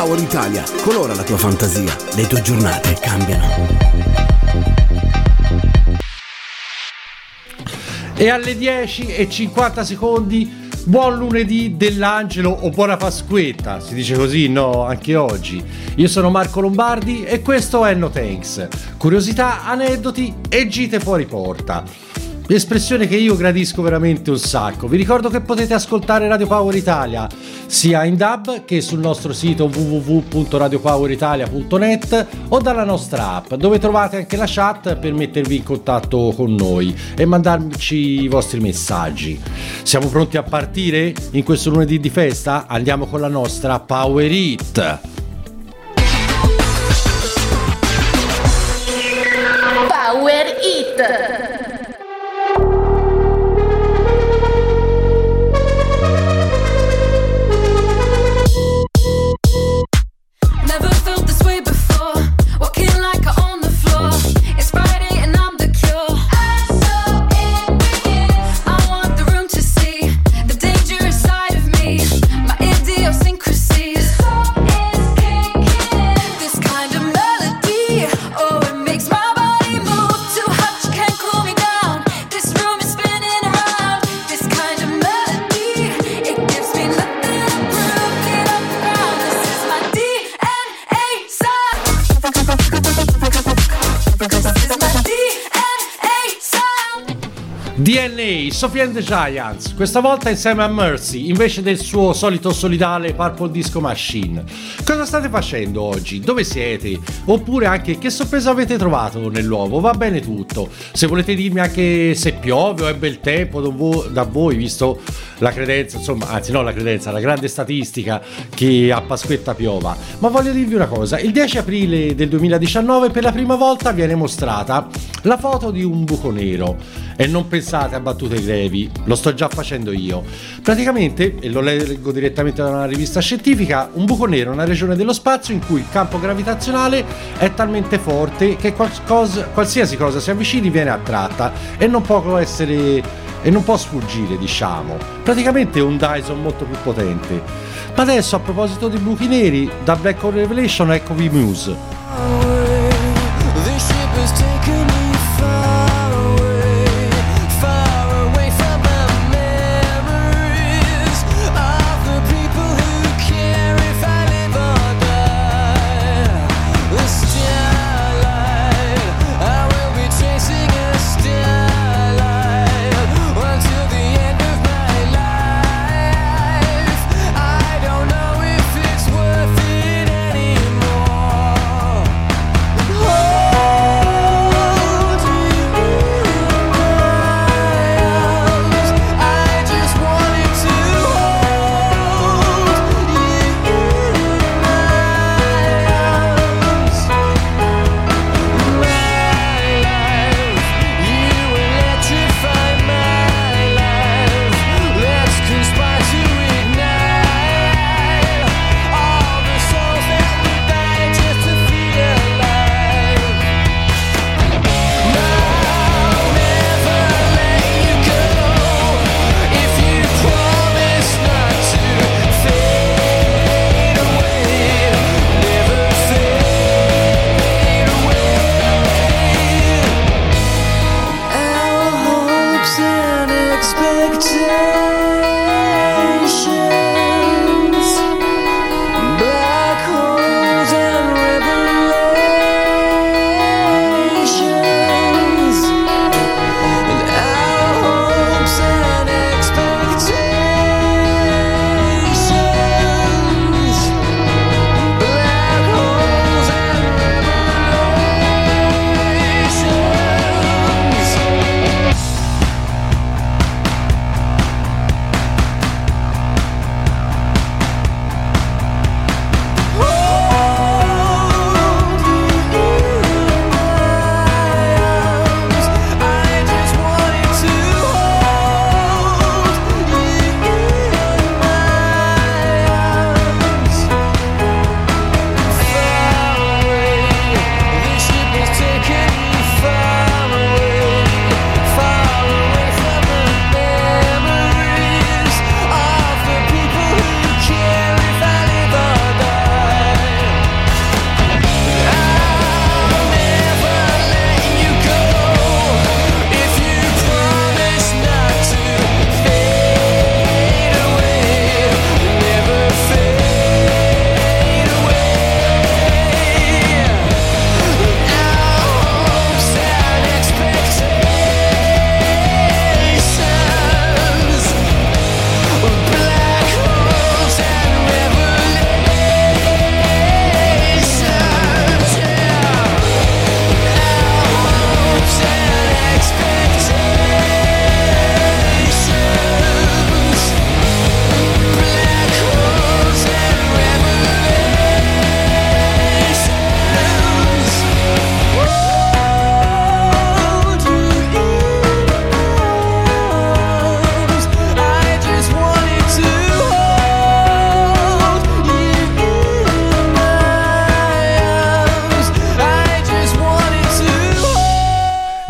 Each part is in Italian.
Power Italia, colora la tua fantasia, le tue giornate cambiano. E alle 10:50 buon lunedì dell'angelo o buona Pasquetta, si dice così, no? Anche oggi. Io sono Marco Lombardi e questo è No Thanks. Curiosità, aneddoti e gite fuori porta. Espressione che io gradisco veramente un sacco. Vi ricordo che potete ascoltare Radio Power Italia sia in DAB che sul nostro sito www.radiopoweritalia.net o dalla nostra app, dove trovate anche la chat per mettervi in contatto con noi e mandarci i vostri messaggi. Siamo pronti a partire in questo lunedì di festa? Andiamo con la nostra Power Hit. Power Hit. DNA, Sophie and the Giants, questa volta insieme a Mercy, invece del suo solito solidale Purple Disco Machine. Cosa state facendo oggi? Dove siete? Oppure anche che sorpresa avete trovato nell'uovo? Va bene tutto. Se volete dirmi anche se piove o è bel tempo da voi, visto la credenza, insomma, anzi no la credenza, la grande statistica che a Pasquetta piova. Ma voglio dirvi una cosa, il 10 aprile del 2019 per la prima volta viene mostrata la foto di un buco nero. E non pensate a battute grevi, lo sto già facendo io. Praticamente, e lo leggo direttamente da una rivista scientifica, un buco nero è una regione dello spazio in cui il campo gravitazionale è talmente forte che qualsiasi cosa si avvicini viene attratta e non può sfuggire, diciamo. Praticamente è un Dyson molto più potente. Ma adesso, a proposito di buchi neri, da Black Hole Revelation eccovi Muse.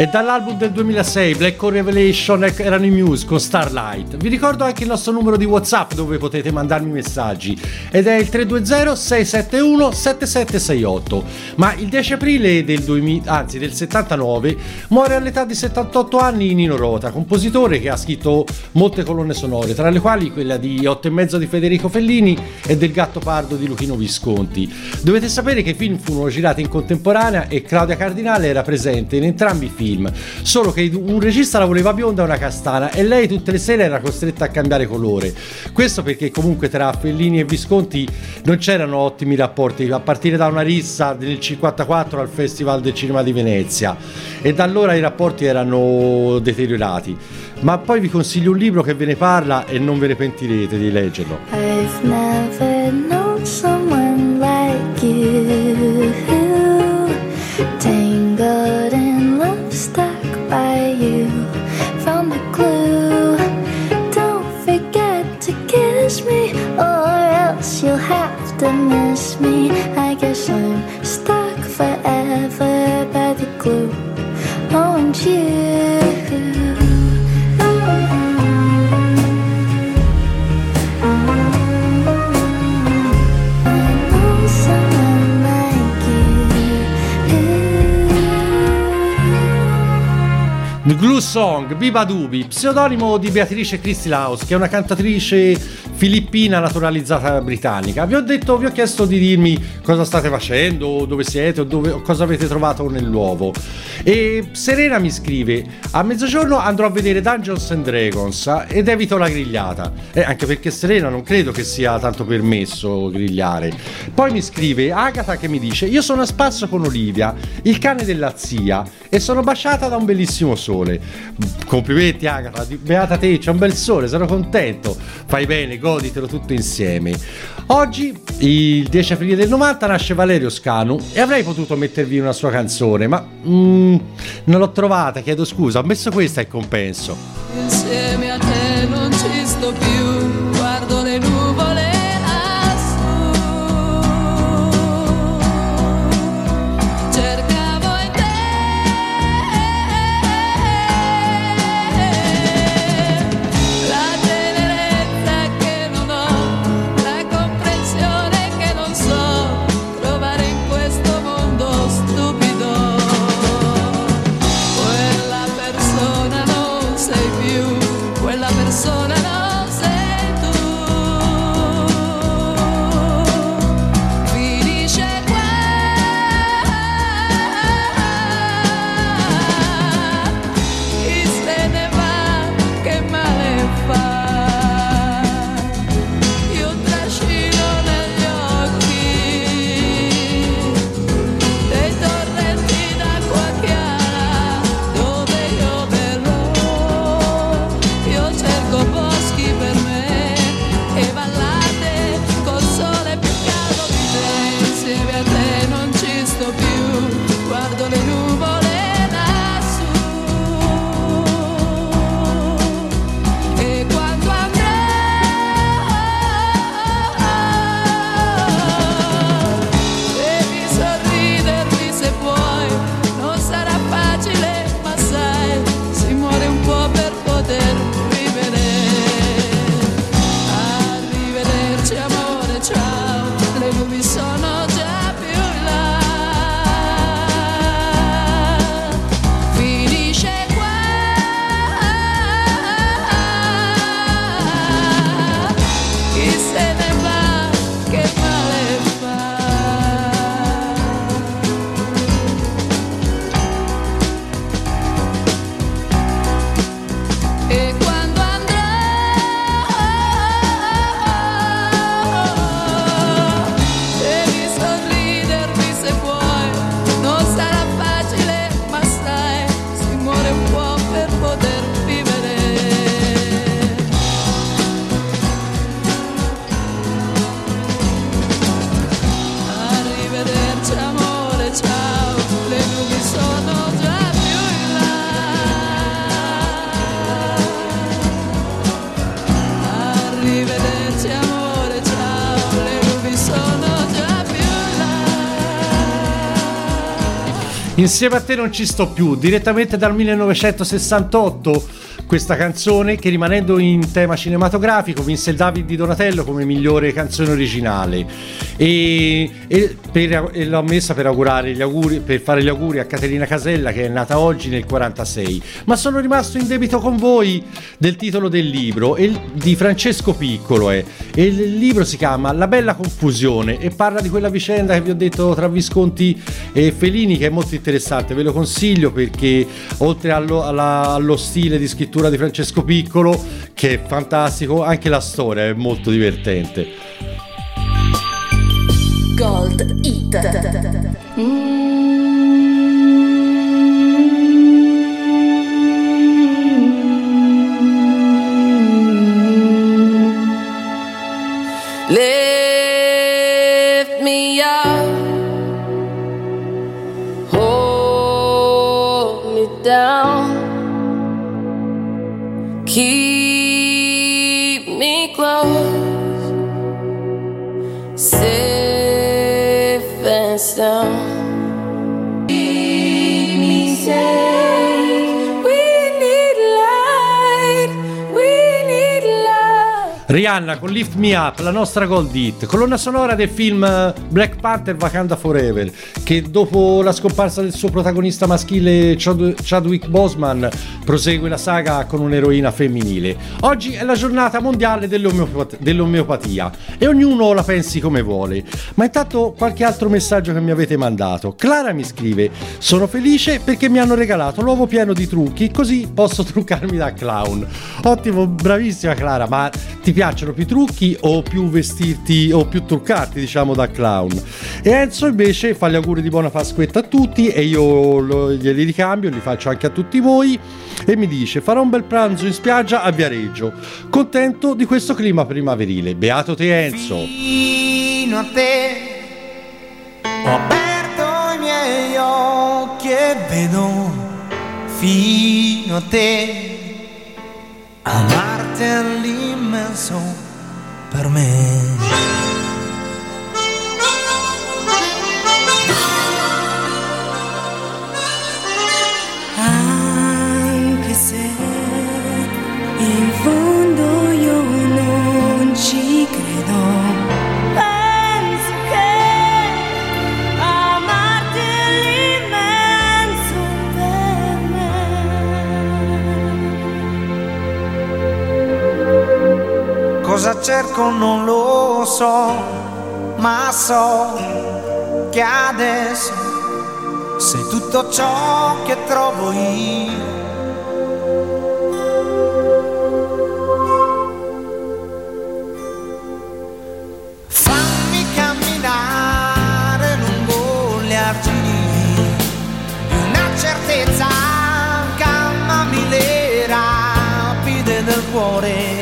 E dall'album del 2006 Black Hole Revelation erano i Muse con Starlight. Vi ricordo anche il nostro numero di WhatsApp dove potete mandarmi messaggi ed è il 320-671-7768. Ma il 10 aprile del 79 muore all'età di 78 anni Nino Rota, compositore che ha scritto molte colonne sonore, tra le quali quella di 8 e mezzo di Federico Fellini e del Gattopardo di Luchino Visconti. Dovete sapere che i film furono girati in contemporanea e Claudia Cardinale era presente in entrambi i film, solo che un regista la voleva bionda e una castana e lei tutte le sere era costretta a cambiare colore. Questo perché comunque tra Fellini e Visconti non c'erano ottimi rapporti, a partire da una rissa nel 1954 al Festival del Cinema di Venezia, e da allora i rapporti erano deteriorati. Ma poi vi consiglio un libro che ve ne parla e non ve ne pentirete di leggerlo. I've never known someone like you, tangled in love, stuck by you, found the clue. Don't forget to kiss me or else you'll have to miss me. I guess I'm stuck forever by the glue. Oh, and you. Glue Song, Biba Dubi, pseudonimo di Beatrice Christy-Laus, che è una cantatrice filippina naturalizzata britannica. Vi ho chiesto di dirmi cosa state facendo, dove siete o cosa avete trovato nell'uovo. E Serena mi scrive: a mezzogiorno andrò a vedere Dungeons and Dragons ed evito la grigliata, anche perché Serena non credo che sia tanto permesso grigliare. Poi mi scrive Agatha che mi dice: io sono a spasso con Olivia, il cane della zia, e sono baciata da un bellissimo sole. Complimenti Agatha, beata te, c'è un bel sole, sono contento, fai bene, goditelo tutto insieme. Oggi, il 10 aprile del 90, nasce Valerio Scanu e avrei potuto mettervi una sua canzone, ma non l'ho trovata, chiedo scusa, ho messo questa in compenso. Insieme a te non ci sto più, guardo le nuvole lassù, cercavo in te la tenerezza che non ho, la comprensione che non so trovare in questo mondo stupido. Quella persona non sei più, quella persona non sei tu. Insieme a te non ci sto più, direttamente dal 1968, questa canzone che, rimanendo in tema cinematografico, vinse il David di Donatello come migliore canzone originale e l'ho messa per fare gli auguri a Caterina Casella, che è nata oggi nel 46. Ma sono rimasto in debito con voi del titolo del libro, di Francesco Piccolo, e il libro si chiama La bella confusione e parla di quella vicenda che vi ho detto tra Visconti e Fellini, che è molto interessante. Ve lo consiglio perché oltre allo stile di scrittura di Francesco Piccolo, che è fantastico, anche la storia è molto divertente. Gold Hit. Lift me up, hold me down, keep me close, safe and sound. Keep me safe. We need light, we need love. Rihanna con Lift Me Up, la nostra Gold Hit, colonna sonora del film Black Panther Wakanda Forever, che dopo la scomparsa del suo protagonista maschile Chadwick Boseman prosegue la saga con un'eroina femminile. Oggi è la giornata mondiale dell'omeopatia e ognuno la pensi come vuole, ma intanto qualche altro messaggio che mi avete mandato. Clara mi scrive: sono felice perché mi hanno regalato l'uovo pieno di trucchi, così posso truccarmi da clown. Ottimo, bravissima Clara, ma ti piacciono più trucchi o più vestirti o più truccarti, diciamo, da clown? E Enzo invece fa gli auguri di buona Pasquetta a tutti e io glieli ricambio, li faccio anche a tutti voi, e mi dice: farò un bel pranzo in spiaggia a Viareggio, contento di questo clima primaverile. Beato te Enzo. Fino a te ho aperto i miei occhi e vedo fino a te. Amarti è l'immenso per me. Anche se in fondo io non ci credo, penso che amarti è l'immenso per me. Cosa cerco non lo so, ma so che adesso sei tutto ciò che trovo io. Fammi camminare lungo gli argini di una certezza, calmami le rapide del cuore.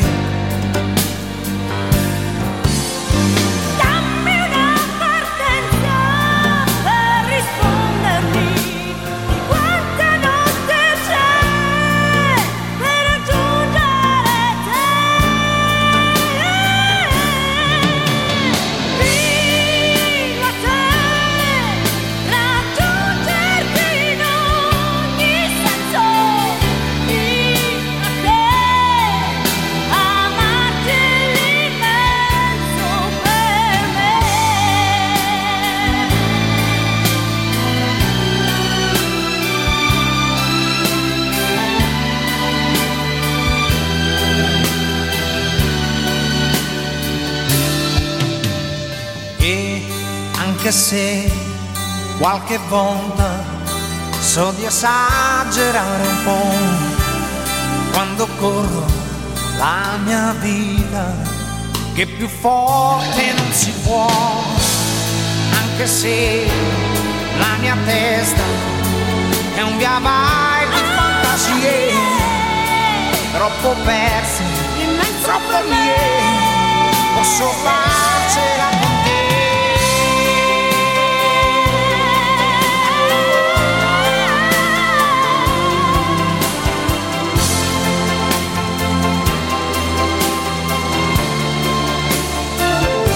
Anche se qualche volta so di esagerare un po' quando corro la mia vita, che più forte non si può, anche se la mia testa è un via vai di fantasie, troppo perse, troppo mie, posso farcela con te.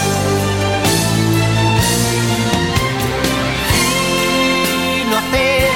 Fino a te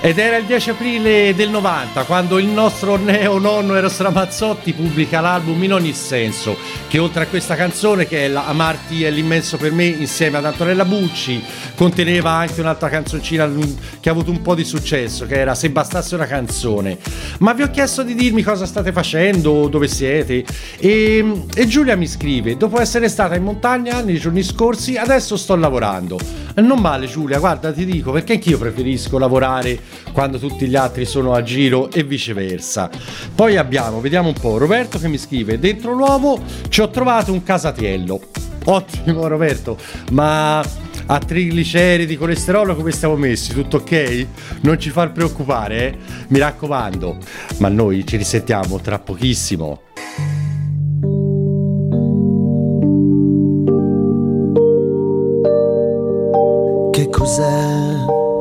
Ed era il 10 aprile del 90 quando il nostro neo nonno Eros Ramazzotti pubblica l'album In ogni senso, che oltre a questa canzone, che è Amarti è l'immenso per me, insieme ad Antonella Bucci, conteneva anche un'altra canzoncina che ha avuto un po' di successo, che era Se bastasse una canzone. Ma vi ho chiesto di dirmi cosa state facendo, dove siete, e Giulia mi scrive: dopo essere stata in montagna nei giorni scorsi, adesso sto lavorando. Non male Giulia, guarda, ti dico, perché anch'io preferisco lavorare quando tutti gli altri sono a giro e viceversa. Poi abbiamo, vediamo un po', Roberto che mi scrive: dentro l'uovo ci ho trovato un casatiello. Ottimo Roberto, ma a trigliceridi, colesterolo come stiamo messi? Tutto ok? Non ci far preoccupare, eh? Mi raccomando. Ma noi ci risentiamo tra pochissimo. Che cos'è?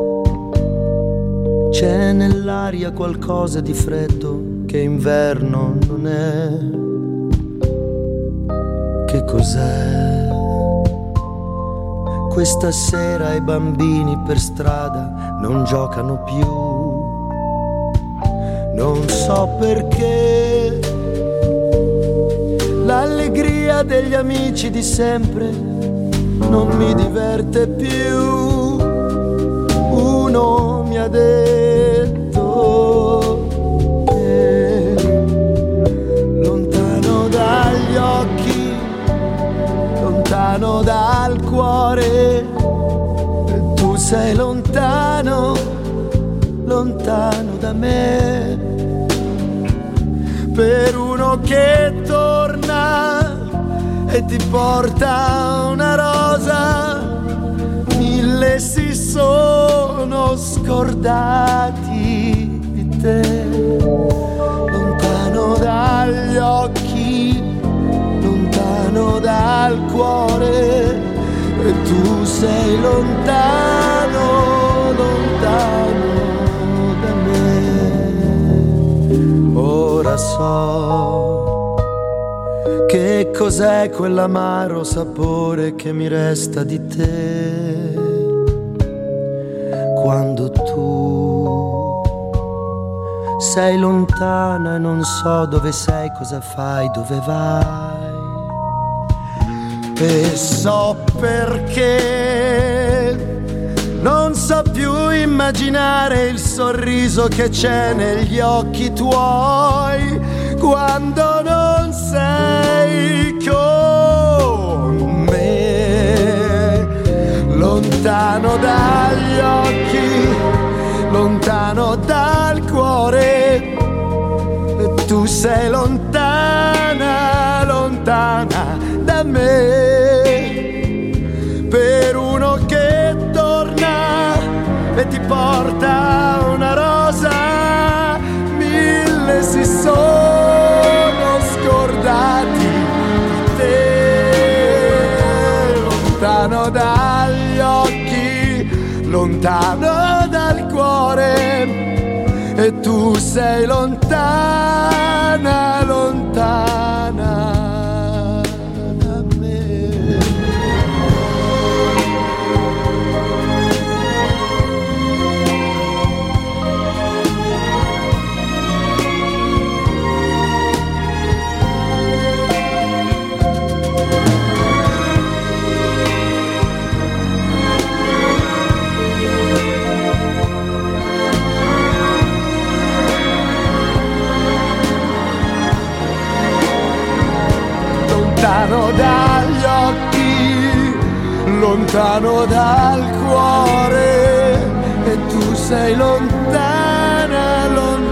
C'è nell'aria qualcosa di freddo che inverno non è. Che cos'è? Questa sera i bambini per strada non giocano più. Non so perché l'allegria degli amici di sempre non mi diverte più. Uno mi ha detto che lontano dagli occhi, lontano dal cuore, tu sei lontano, lontano da me. Per uno che torna e ti porta una rosa, mille si sono scordati di te. Lontano dagli occhi, lontano dal cuore, e tu sei lontano, lontano da me. Ora so che cos'è quell'amaro sapore che mi resta di te, quando tu sei lontana e non so dove sei, cosa fai, dove vai. E so perché non so più immaginare il sorriso che c'è negli occhi tuoi quando non sei con me. Lontano dagli occhi, lontano dal cuore, e tu sei lontana, lontana da me. Per uno che torna e ti porta una rosa, mille si sono scordati di te. Lontano dagli occhi, lontano dal cuore, e tu sei lontana, lontana da me. Lontano dagli occhi, lontano dal cuore, e tu sei lontana,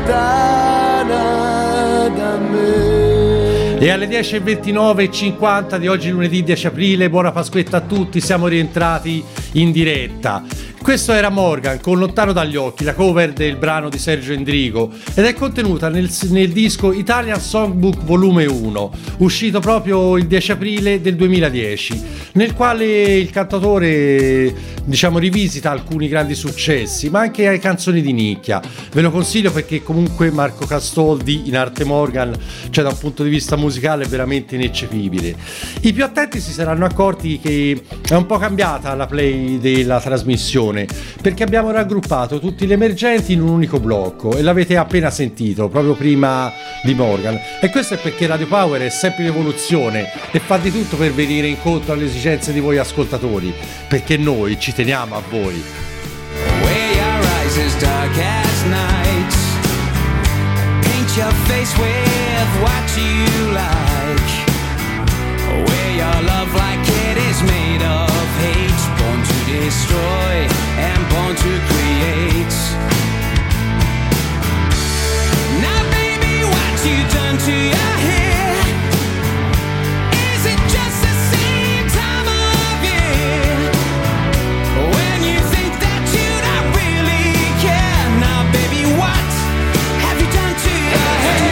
lontana da me. E alle 10:29:50 di oggi, lunedì 10 aprile, buona Pasquetta a tutti, siamo rientrati in diretta. Questo era Morgan con Lontano dagli occhi, la cover del brano di Sergio Endrigo, ed è contenuta nel disco Italian Songbook Volume 1, uscito proprio il 10 aprile del 2010, nel quale il cantautore, diciamo, rivisita alcuni grandi successi, ma anche canzoni di nicchia. Ve lo consiglio perché comunque Marco Castoldi in arte Morgan, cioè da un punto di vista musicale, è veramente ineccepibile. I più attenti si saranno accorti che È un po' cambiata la play della trasmissione perché abbiamo raggruppato tutti gli emergenti in un unico blocco e l'avete appena sentito proprio prima di Morgan, e questo è perché Radio Power è sempre in evoluzione e fa di tutto per venire incontro alle esigenze di voi ascoltatori, perché noi ci teniamo a voi. Where your eyes as dark as night, paint your face with what you like. Where your love like it is made of hate, born to destroy and born to create. Now baby, what you done to your hair? Is it just the same time of year when you think that you don't really care? Now baby, what have you done to your hair?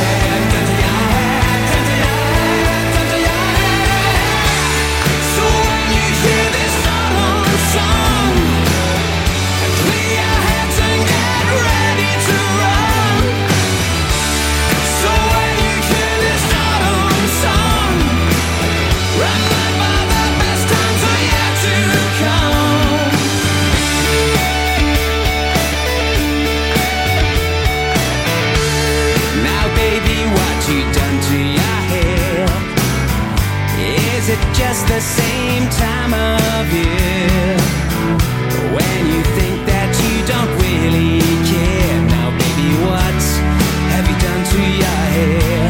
Is it just the same time of year when you think that you don't really care? Now baby, what have you done to your hair?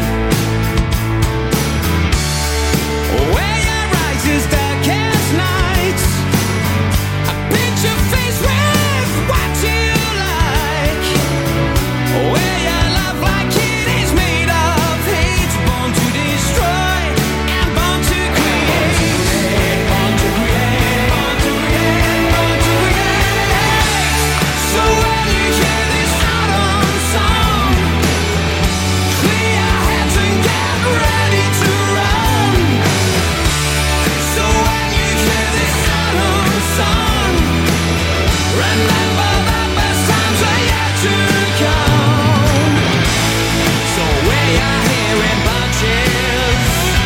Where your eyes is dark as night, I paint your face with what you like. Where your love like it is made of hate, born to destroy and born to create. Born to create, born to create, born to create. So when you hear this autumn song, clear your heads and get ready to run. So when you hear this autumn song, remember the best times are yet to come. So wear your hair in bunches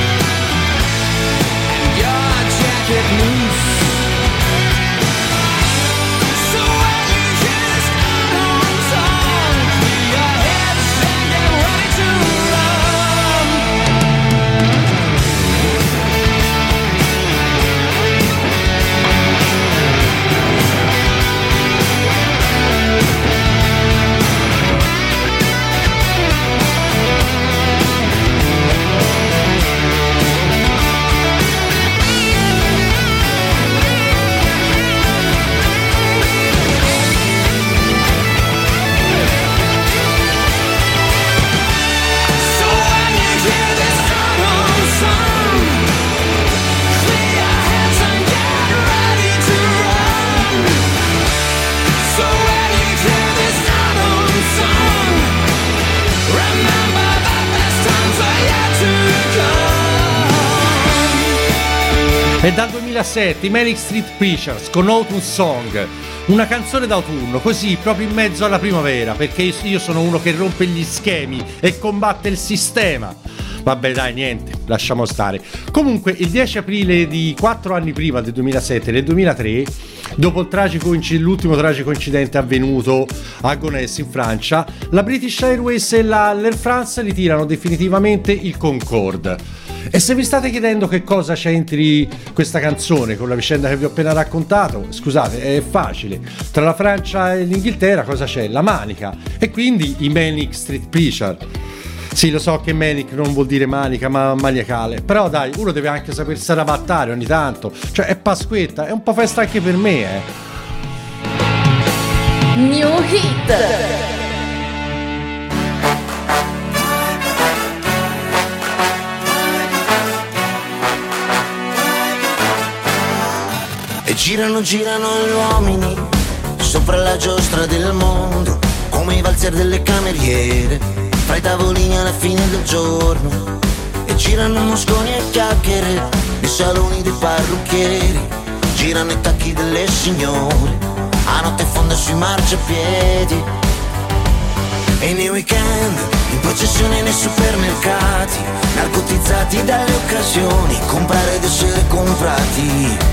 and your jacket loose. So when you hear this autumn song, clear your heads and get ready to run. So when you hear this autumn song, clear your heads and get ready to run. So when you hear this autumn song, remember the best times are yet to come. È dal 2007 i Manic Street Preachers con Autumn Song, una canzone d'autunno, così proprio in mezzo alla primavera, perché io sono uno che rompe gli schemi e combatte il sistema. Vabbè dai, niente, lasciamo stare. Comunque il 10 aprile di 4 anni prima, del 2007, nel 2003, dopo l'ultimo tragico incidente avvenuto a Gonesse in Francia, la British Airways e l'Air France ritirano definitivamente il Concorde. E se vi state chiedendo che cosa c'entri questa canzone con la vicenda che vi ho appena raccontato, scusate, è facile. Tra la Francia e l'Inghilterra cosa c'è? La manica, e quindi i Manic Street Preachers. Sì, lo so che manic non vuol dire manica, ma maniacale, però dai, uno deve anche sapersi adattare ogni tanto. Cioè è Pasquetta, è un po' festa anche per me, New Hit. E girano, girano gli uomini sopra la giostra del mondo, come i valzer delle cameriere, fra i tavolini alla fine del giorno. E girano mosconi e chiacchiere nei saloni dei parrucchieri, girano i tacchi delle signore a notte fonda sui marciapiedi. E nei weekend in processione nei supermercati, narcotizzati dalle occasioni, comprare ed essere comprati.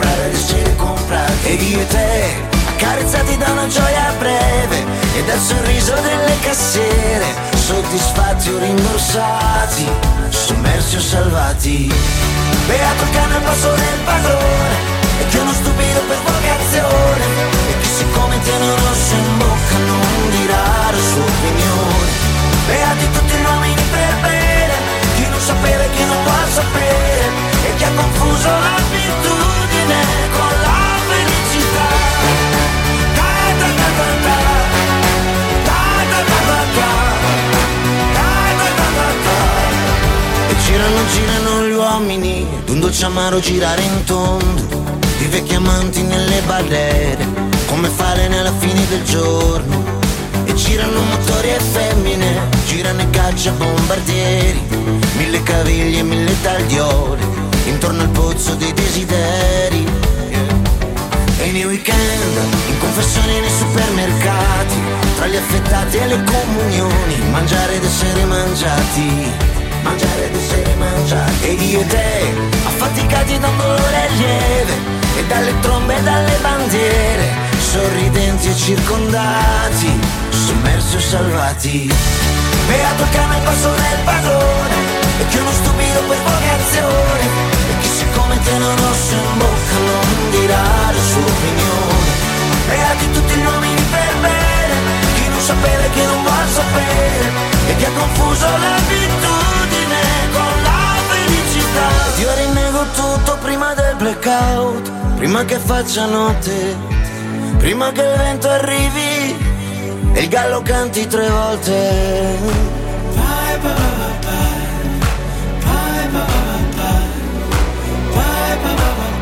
comprare ed essere comprati. E io e te, accarezzati da una gioia breve e dal sorriso delle cassiere, soddisfatti o rimborsati, sommersi o salvati. Beato il cane al passo del padrone, e che uno stupido per vocazione, e che siccome tiene un rosso in bocca non dirà la sua opinione. Beati tutti gli uomini per bene, chi non sapeva e chi non può sapere, e chi ha confuso l'abitudine con la felicità. Da da da da da, da da da da da, da da da da da. E girano gli uomini, d'un dolce amaro girare in tondo, di vecchi amanti nelle barriere, come falene alla fine del giorno. E girano motori e femmine, girano i cacciabombardieri, 1000 caviglie e 1000 tagliole, intorno al pozzo dei desideri. E nei weekend, in confessioni nei supermercati, tra gli affettati e le comunioni, mangiare ed essere mangiati, mangiare ed essere mangiati. E io e te, affaticati da un dolore lieve, e dalle trombe e dalle bandiere, sorridenti e circondati, sommersi o salvati. Beato il cane al passo del padrone, e che uno stupido per vocazione, e che siccome tiene un rosso in bocca non dirà la sua opinione. Beati tutti gli uomini per bene, chi non sapeva e chi non vuol sapere, e chi ha confuso l'abitudine con la felicità. Ed io rinnego tutto prima del blackout, prima che faccia notte, prima che il vento arrivi e il gallo canti 3 volte. Bye bye bye bye, bye bye bye, bye bye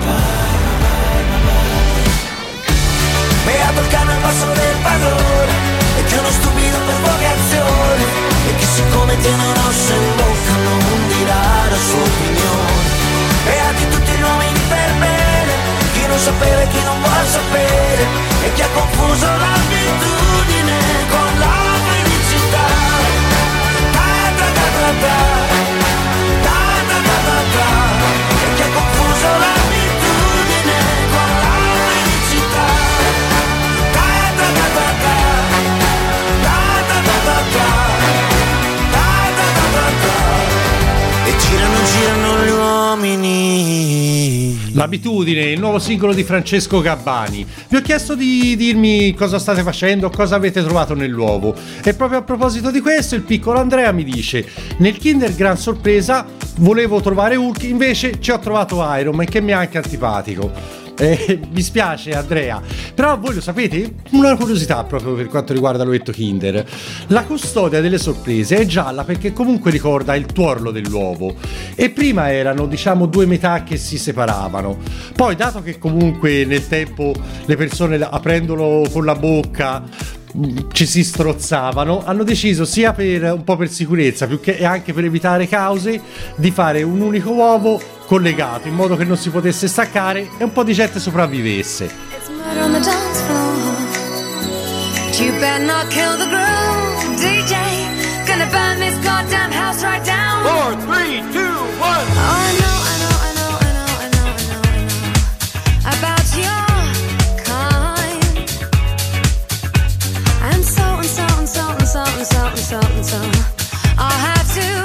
bye. Beato il cane al passo del padrone, e che uno stupido per vocazione, e che siccome tiene un rosso in bocca non dirà la sua opinione. Beati tutti gli uomini per bene, chi non sapeva e chi non vuol sapere, e chi ha confuso l'abitudine con la felicità. Da da da da da, da da da da da, e chi ha confuso l'abitudine con la felicità. Da da da da da, da da da da da, da da da da da. E girano gli uomini. L'abitudine, il nuovo singolo di Francesco Gabbani. Vi ho chiesto di dirmi cosa state facendo, cosa avete trovato nell'uovo. E proprio a proposito di questo, il piccolo Andrea mi dice: nel Kinder gran sorpresa volevo trovare Hulk, invece ci ho trovato Iron Man, che mi è anche antipatico. Mi spiace Andrea, però voi lo sapete? Una curiosità proprio per quanto riguarda l'ovetto Kinder: la custodia delle sorprese è gialla perché comunque ricorda il tuorlo dell'uovo, e prima erano diciamo 2 metà che si separavano. Poi, dato che comunque nel tempo le persone aprendolo con la bocca ci si strozzavano, hanno deciso, sia per un po' per sicurezza più che e anche per evitare cause, di fare un unico uovo collegato in modo che non si potesse staccare e un po' di gente sopravvivesse. It's murder on the dance floor. You better not kill the groove, DJ. Gonna burn this goddamn house right down. 4, 3, 2, 1. Oh, I know about your kind. And so I'll have to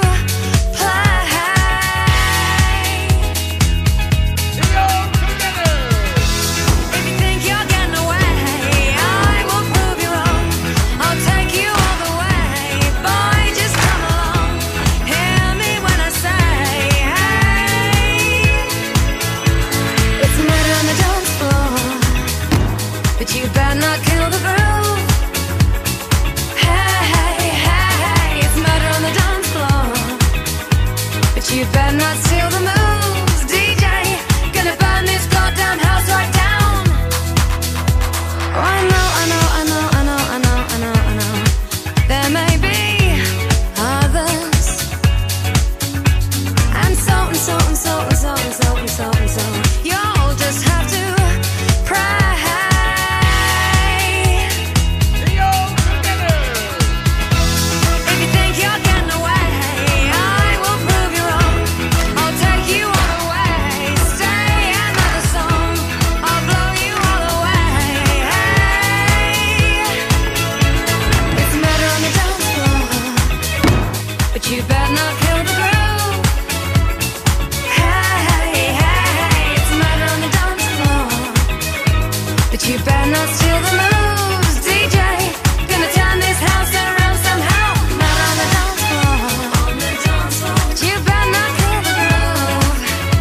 not steal the moves, DJ. Gonna turn this house around somehow. Not on the dance floor. You better not kill the groove.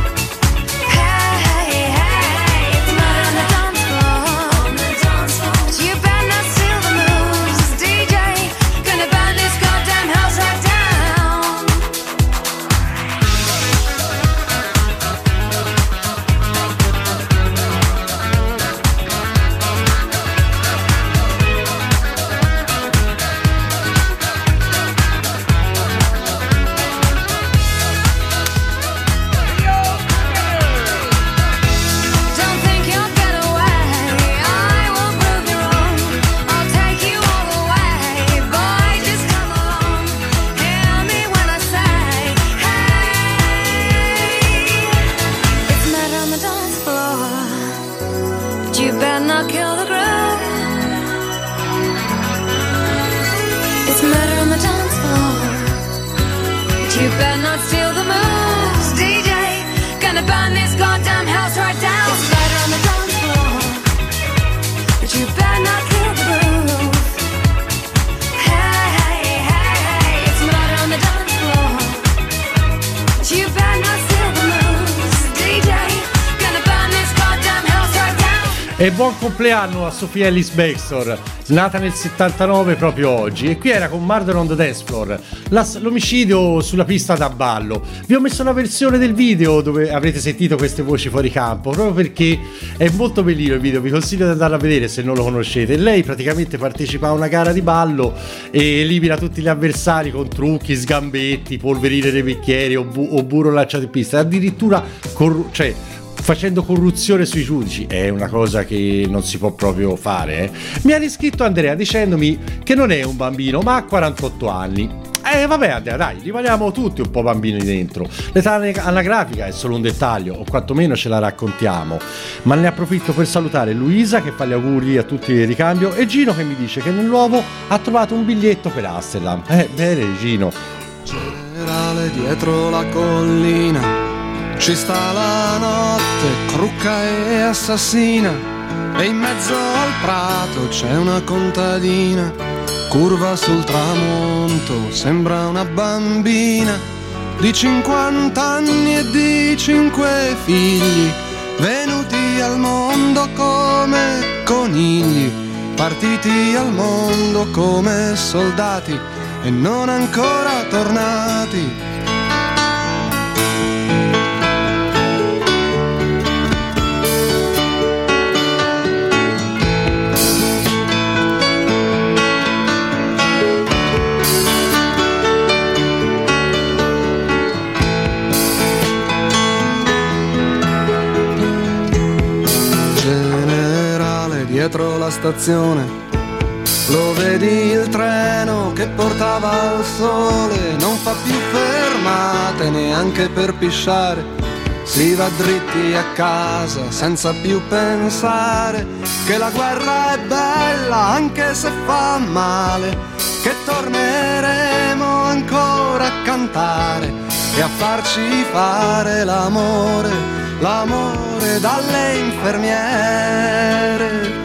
Hey, hey, it's not on the dance floor. You better not steal the moves, DJ. Gonna burn this goddamn house right down. Don't think you'll get away. I will prove you wrong. I'll take you all the way. Boy, just come along. Hear me when I say, hey. It's murder on the dance floor. But you better not kill the groove. It's murder on the dance floor. But you better not steal the moves, DJ. Gonna burn this goddamn house right down. It's murder on the dance floor. But you better not kill the groove. Hey, hey, hey, hey. It's murder on the dance floor. But you better not steal the moves, DJ. Gonna burn this goddamn house right down. E buon compleanno a Sophia Ellis Bextor, nata nel 79 proprio oggi. E qui era con Murder on the Dance Floor, l'omicidio sulla pista da ballo. Vi ho messo una versione del video dove avrete sentito queste voci fuori campo, proprio perché è molto bellino il video, vi consiglio di andarlo a vedere se non lo conoscete. Lei praticamente partecipa a una gara di ballo e elimina tutti gli avversari con trucchi, sgambetti, polverine dei bicchieri o burro lanciato in pista, addirittura facendo corruzione sui giudici. È una cosa che non si può proprio fare. Mi ha riscritto Andrea dicendomi che non è un bambino ma ha 48 anni. Vabbè Andrea, dai, rimaniamo tutti un po' bambini dentro. L'età anagrafica è solo un dettaglio, o quantomeno ce la raccontiamo. Ma ne approfitto per salutare Luisa che fa gli auguri a tutti di ricambio e Gino che mi dice che nell'uovo ha trovato un biglietto per Amsterdam. Bene Gino. Generale dietro la collina ci sta la notte, crucca e assassina, e in mezzo al prato c'è una contadina, curva sul tramonto, sembra una bambina di 50 anni e di 5 figli, venuti al mondo come conigli, partiti al mondo come soldati e non ancora tornati. Dietro la stazione lo vedi il treno che portava al sole, non fa più fermate neanche per pisciare, si va dritti a casa senza più pensare che la guerra è bella anche se fa male, che torneremo ancora a cantare e a farci fare l'amore, l'amore dalle infermiere.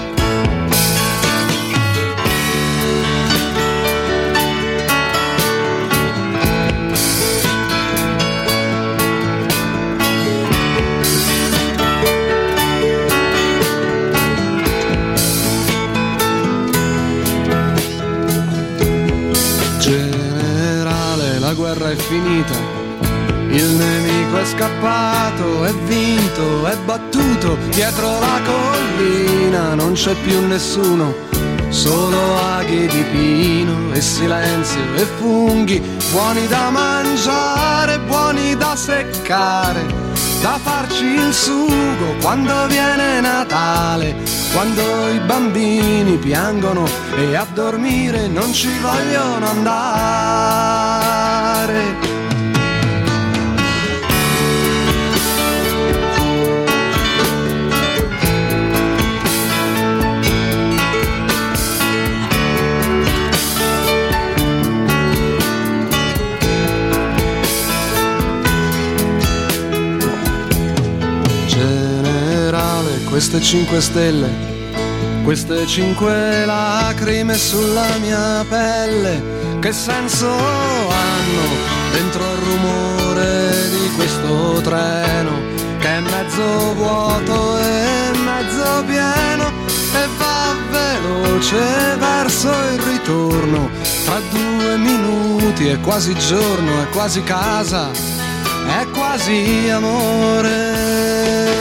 Generale, la guerra è finita, il nemico è scappato, è vinto, è battuto, dietro la collina non c'è più nessuno, solo aghi di pino e silenzio e funghi, buoni da mangiare, buoni da seccare, da farci il sugo quando viene Natale, quando i bambini piangono e a dormire non ci vogliono andare. Queste 5 stelle queste 5 lacrime sulla mia pelle, che senso hanno dentro il rumore di questo treno che è mezzo vuoto e mezzo pieno e va veloce verso il ritorno. Tra 2 minuti è quasi giorno, è quasi casa, è quasi amore.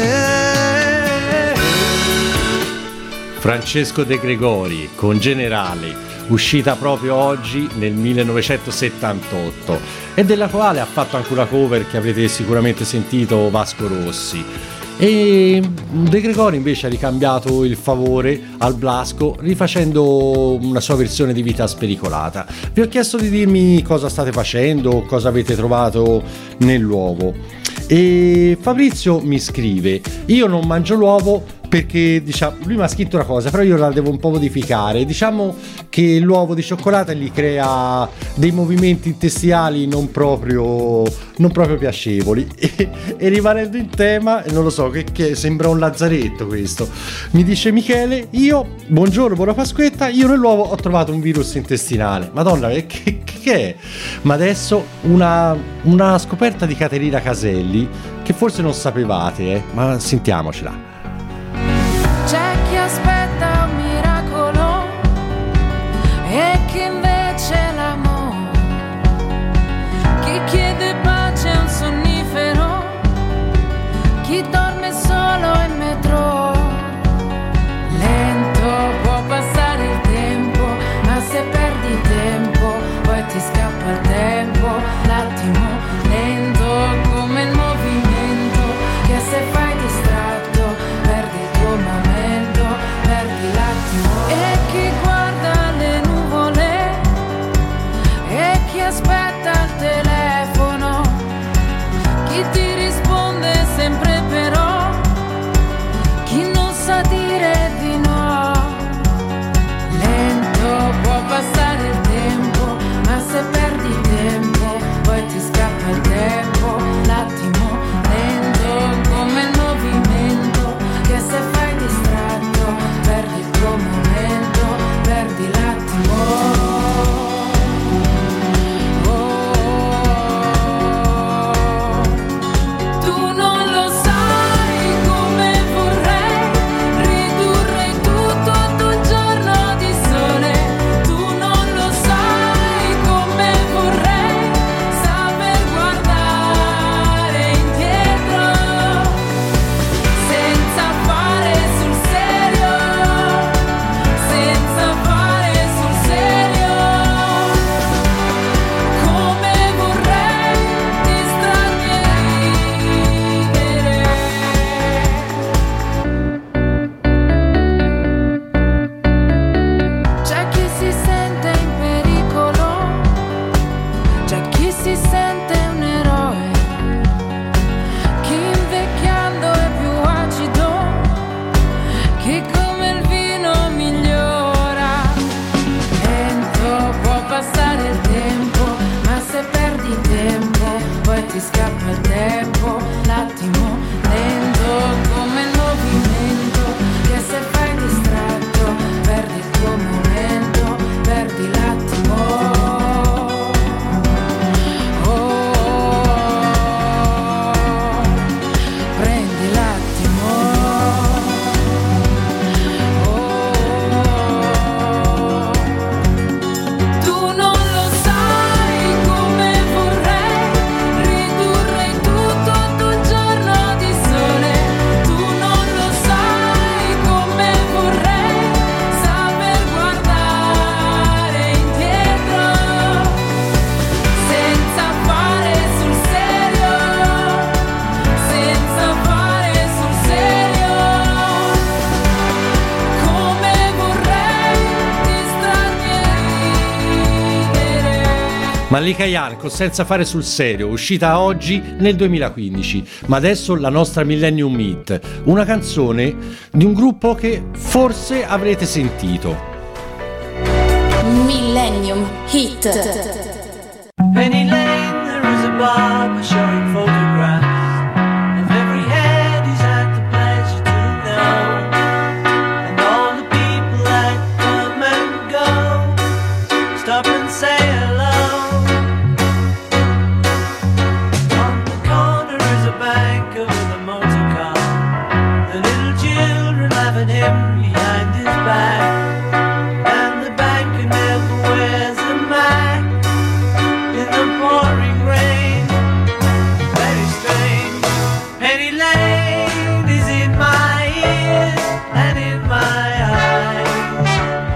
Francesco De Gregori con Generali, uscita proprio oggi nel 1978 e della quale ha fatto anche una cover che avrete sicuramente sentito, Vasco Rossi. E De Gregori invece ha ricambiato il favore al Blasco rifacendo una sua versione di Vita Spericolata. Vi ho chiesto di dirmi cosa state facendo, cosa avete trovato nell'uovo, e Fabrizio mi scrive: io non mangio l'uovo perché, diciamo, lui mi ha scritto una cosa, però io la devo un po' modificare. Diciamo che l'uovo di cioccolata gli crea dei movimenti intestinali non proprio piacevoli. E rimanendo in tema, non lo so, che sembra un lazzaretto questo, mi dice Michele: io, buongiorno, buona Pasquetta, io nell'uovo ho trovato un virus intestinale. Madonna, che è? Ma adesso una scoperta di Caterina Caselli che forse non sapevate, ma sentiamocela. C'è chi aspetta un miracolo e chi invece l'amore, chi chiede pace a un sonnifero, chi dorme solo in metro. Lento può passare il tempo, ma se perdi tempo poi ti scappa il tempo. L'attimo lento come il movimento, che se fai distratto perdi il tuo momento, perdi l'attimo. E chi guarda le nuvole e chi aspetta il telefono, chi ti risponde sempre però, chi non sa dire di no. Lento può passare il tempo, ma se perdi tempo poi ti scappa il tempo. L'attimo lento come il movimento, che se fai distratto perdi il tuo momento, perdi l'attimo. Tu non lo sai come vorrei ridurre tutto ad un giorno di sole. Tu non lo sai come vorrei saper guardare indietro senza fare sul serio, senza fare sul serio. Come vorrei distrarmi e ridere. C'è chi si sente in pericolo, c'è chi si sente un eroe, chi invecchiando è più acido, chi come il vino migliora. Lento può passare il tempo, ma se perdi tempo poi ti scappa il tempo. L'attimo lento come il movimento, che se fai distratto perdi il tuo momento, perdi l'attimo. Prendi l'attimo. Tu non lo sai come vorrei ridurre tutto ad un giorno di sole. Tu non lo sai come vorrei saper guardare indietro senza fare sul serio, senza fare sul serio. Come vorrei distrarmi e ridere. Malika Yanko, Senza fare sul serio, uscita oggi nel 2015, ma adesso la nostra Millennium Hit, una canzone di un gruppo che forse avrete sentito. Millennium Hit. Penny Lane, there is a barber showing photographs of every head he's had the pleasure to know, and all the him behind his back, and the banker never wears a Mac in the pouring rain. Very strange. Penny Lane is in my ears and in my eyes.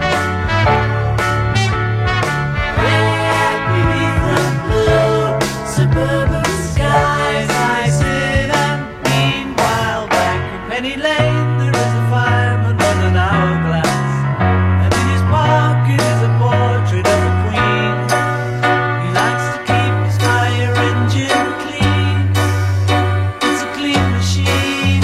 There beneath the blue suburban skies, I sit and meanwhile back in Penny Lane there is a fireman on an hourglass, and in his pocket is a portrait of a queen. He likes to keep his fire engine clean. It's a clean machine.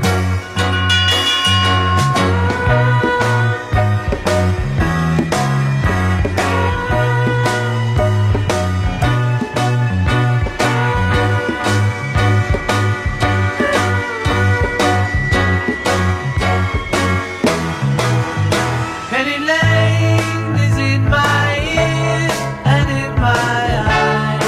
Penny Lane is in my ears and in my eyes.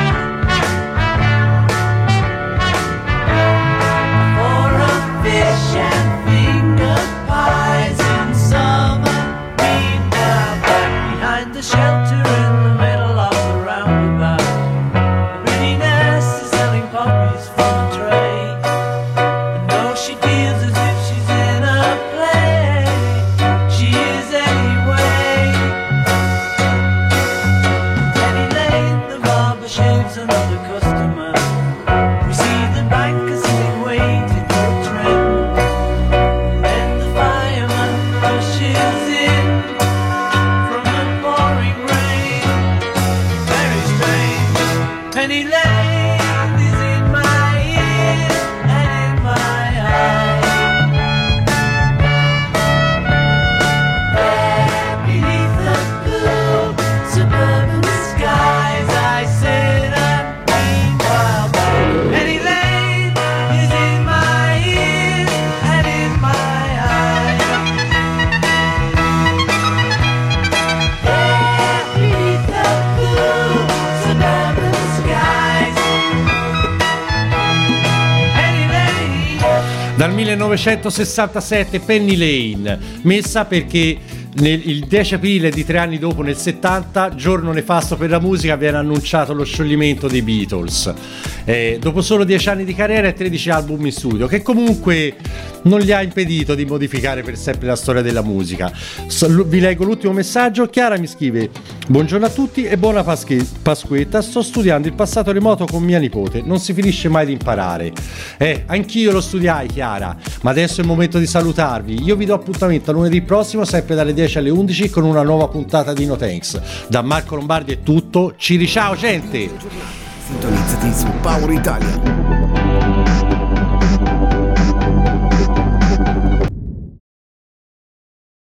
For a fish and finger pies in summer, meanwhile back behind the shelter in the middle of the roundabout, the pretty nurse is selling poppies from a tray, and though she feels as if she's in a play, she is anyway. Penny Lane, the barber shaves another customer. We see the banker sitting waiting for a trend. Then the fireman rushes in from the pouring rain. Very strange. Penny Lane is in my ears and in my eyes. There beneath the blue suburban skies, I sit and meanwhile back. Penny Lane is in my ears and in my eyes. There beneath the blue suburban skies, Penny Lane. Dal 1967 Penny Lane, messa perché il 10 aprile di 3 anni dopo, nel 70, giorno nefasto per la musica, viene annunciato lo scioglimento dei Beatles. Dopo solo 10 anni di carriera e 13 album in studio, che comunque non gli ha impedito di modificare per sempre la storia della musica. Vi leggo l'ultimo messaggio. Chiara mi scrive: buongiorno a tutti e buona Pasquetta, sto studiando il passato remoto con mia nipote, non si finisce mai di imparare. Anch'io lo studiai, Chiara, ma adesso è il momento di salutarvi. Io vi do appuntamento a lunedì prossimo, sempre dalle 10 alle 11, con una nuova puntata di No Thanks. Da Marco Lombardi è tutto, ciao gente! Sintonizzati su Power Italia.